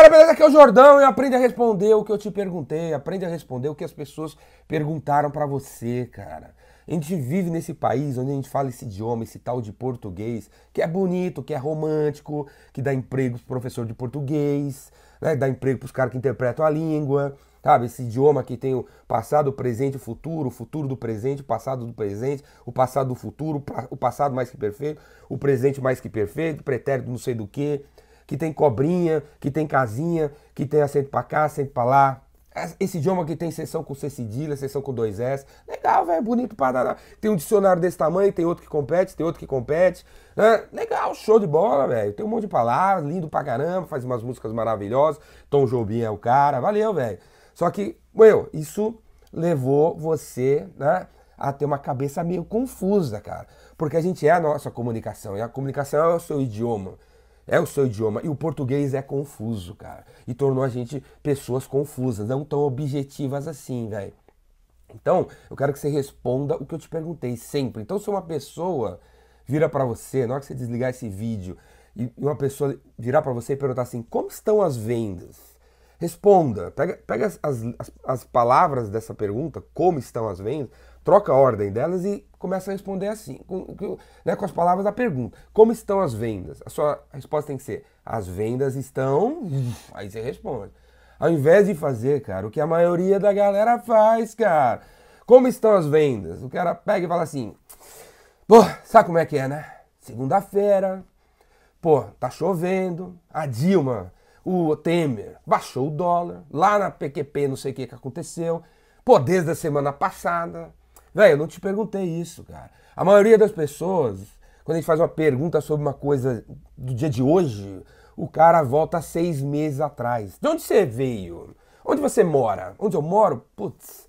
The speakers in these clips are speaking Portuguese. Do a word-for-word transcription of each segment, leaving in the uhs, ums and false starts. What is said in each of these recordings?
galera, beleza? Aqui é o Jordão e aprende a responder o que eu te perguntei, aprende a responder o que as pessoas perguntaram pra você, cara. A gente vive nesse país onde a gente fala esse idioma, esse tal de português, que é bonito, que é romântico, que dá emprego pro professor de português, né? Dá emprego pros caras que interpretam a língua, sabe? Esse idioma que tem o passado, o presente, o futuro, o futuro do presente, o passado do presente, o passado do futuro, o passado mais que perfeito, o presente mais que perfeito, pretérito não sei do que, que tem cobrinha, que tem casinha, que tem acento pra cá, acento pra lá. Esse idioma que tem seção com C cedilha, seção com dois S. Legal, velho, bonito pra dar. Tem um dicionário desse tamanho, tem outro que compete, tem outro que compete. Né? Legal, show de bola, velho. Tem um monte de palavras, lindo pra caramba, faz umas músicas maravilhosas. Tom Jobim é o cara, valeu, velho. Só que, meu, isso levou você, né, a ter uma cabeça meio confusa, cara. Porque a gente é a nossa comunicação, e a comunicação é o seu idioma. É o seu idioma. E o português é confuso, cara. E tornou a gente pessoas confusas, não tão objetivas assim, velho. Então, eu quero que você responda o que eu te perguntei sempre. Então, se uma pessoa vira pra você, na hora que você desligar esse vídeo, e uma pessoa virar pra você e perguntar assim, como estão as vendas? Responda. Pega, pega as, as, as palavras dessa pergunta, como estão as vendas, troca a ordem delas e começa a responder assim, com, né, com as palavras da pergunta. Como estão as vendas? A sua resposta tem que ser, as vendas estão... Aí você responde. Ao invés de fazer, cara, o que a maioria da galera faz, cara. Como estão as vendas? O cara pega e fala assim, pô, sabe como é que é, né? Segunda-feira, pô, tá chovendo, a Dilma, o Temer, baixou o dólar, lá na P Q P não sei o que que aconteceu, pô, desde a semana passada... Velho, eu não te perguntei isso, cara. A maioria das pessoas, quando a gente faz uma pergunta sobre uma coisa do dia de hoje, o cara volta seis meses atrás. De onde você veio? Onde você mora? Onde eu moro? Putz.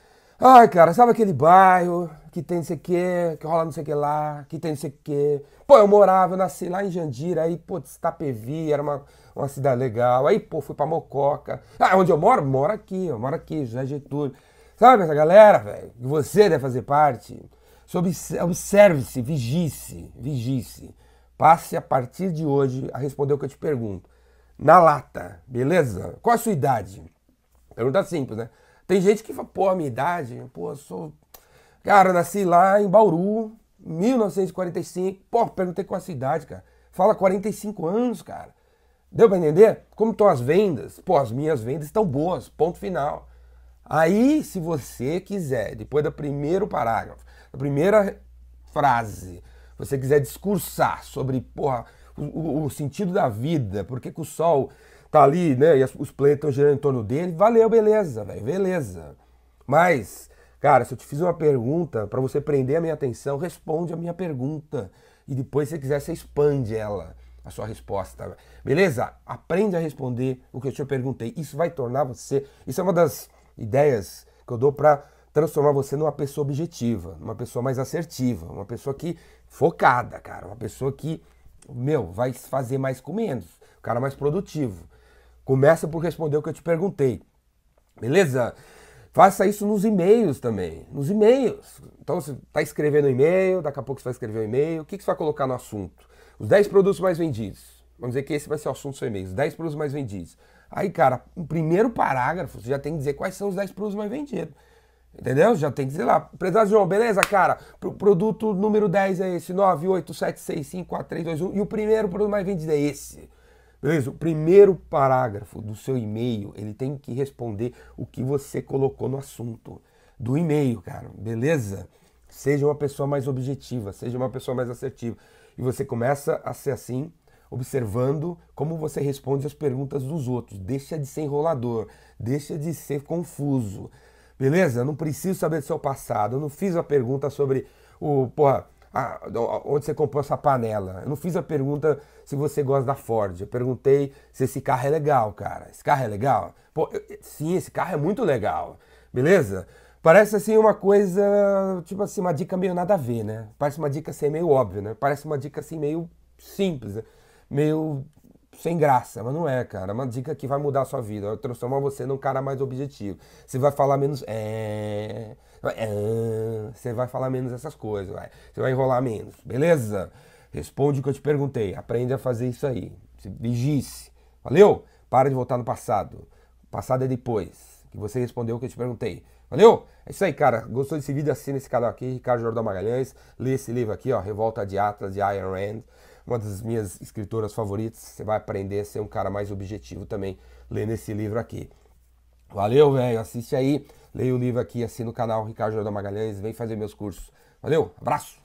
Ai, cara, sabe aquele bairro que tem não sei o que, que rola não sei o que lá, que tem não sei o que. Pô, eu morava, eu nasci lá em Jandira, aí, putz, Itapevi, era uma, uma cidade legal. Aí, pô, fui pra Mococa. Ah, onde eu moro? Moro aqui, eu moro aqui, José Getúlio. Sabe essa galera, velho? Que você deve fazer parte. Observe-se, vigie-se, vigie-se. Passe a partir de hoje a responder o que eu te pergunto. Na lata, beleza? Qual a sua idade? Pergunta simples, né? Tem gente que fala, pô, a minha idade, pô, eu sou... Cara, eu nasci lá em Bauru, mil novecentos e quarenta e cinco. Pô, perguntei qual a sua idade, cara. Fala quarenta e cinco anos, cara. Deu pra entender? Como estão as vendas? Pô, as minhas vendas estão boas, ponto final. Aí, se você quiser, depois do primeiro parágrafo, da primeira frase, você quiser discursar sobre, porra, o, o sentido da vida, por que que o Sol tá ali, né, e as, os planetas estão girando em torno dele, valeu, beleza, velho, beleza. Mas, cara, se eu te fiz uma pergunta, para você prender a minha atenção, responde a minha pergunta. E depois, se você quiser, você expande ela, a sua resposta, beleza? Aprende a responder o que eu te perguntei. Isso vai tornar você... Isso é uma das ideias que eu dou para transformar você numa pessoa objetiva, uma pessoa mais assertiva, uma pessoa que focada, cara, uma pessoa que, meu, vai fazer mais com menos, um cara mais produtivo. Começa por responder o que eu te perguntei, beleza? Faça isso nos e-mails também, nos e-mails. Então você está escrevendo um e-mail, daqui a pouco você vai escrever um e-mail, o que você vai colocar no assunto? Os dez produtos mais vendidos. Vamos dizer que esse vai ser o assunto do seu e-mail, os dez produtos mais vendidos. Aí, cara, no primeiro parágrafo, você já tem que dizer quais são os dez produtos mais vendidos. Entendeu? Já tem que dizer lá. Prezado João, beleza, cara? Pro produto número dez é esse, nove oito sete seis cinco quatro três dois um. E o primeiro produto mais vendido é esse. Beleza? O primeiro parágrafo do seu e-mail, ele tem que responder o que você colocou no assunto do e-mail, cara. Beleza? Seja uma pessoa mais objetiva, seja uma pessoa mais assertiva. E você começa a ser assim, observando como você responde as perguntas dos outros. Deixa de ser enrolador, deixa de ser confuso. Beleza? Eu não preciso saber do seu passado. Eu não fiz a pergunta sobre o, porra, a, onde você comprou essa panela. Eu não fiz a pergunta se você gosta da Ford. Eu perguntei se esse carro é legal, cara. Esse carro é legal? Pô, eu, sim, esse carro é muito legal. Beleza? Parece assim uma coisa, tipo assim, uma dica meio nada a ver, né? Parece uma dica assim meio óbvia, né? Parece uma dica assim meio simples, né? Meio sem graça, mas não é, cara. É uma dica que vai mudar a sua vida, vai transformar você num cara mais objetivo. Você vai falar menos é, é você vai falar menos essas coisas, vai. Você vai enrolar menos, beleza? Responde o que eu te perguntei, aprende a fazer isso aí. Vigie-se. Valeu? Para de voltar no passado. O passado é depois, que você respondeu o que eu te perguntei. Valeu? É isso aí, cara. Gostou desse vídeo? Assina esse canal aqui, Ricardo Jordão Magalhães. Lê esse livro aqui, ó, Revolta de Atlas, de Ayn Rand. Uma das minhas escritoras favoritas. Você vai aprender a ser um cara mais objetivo também lendo esse livro aqui. Valeu, velho. Assiste aí. Leia o livro aqui, assina o canal Ricardo Jordão Magalhães. Vem fazer meus cursos. Valeu, abraço.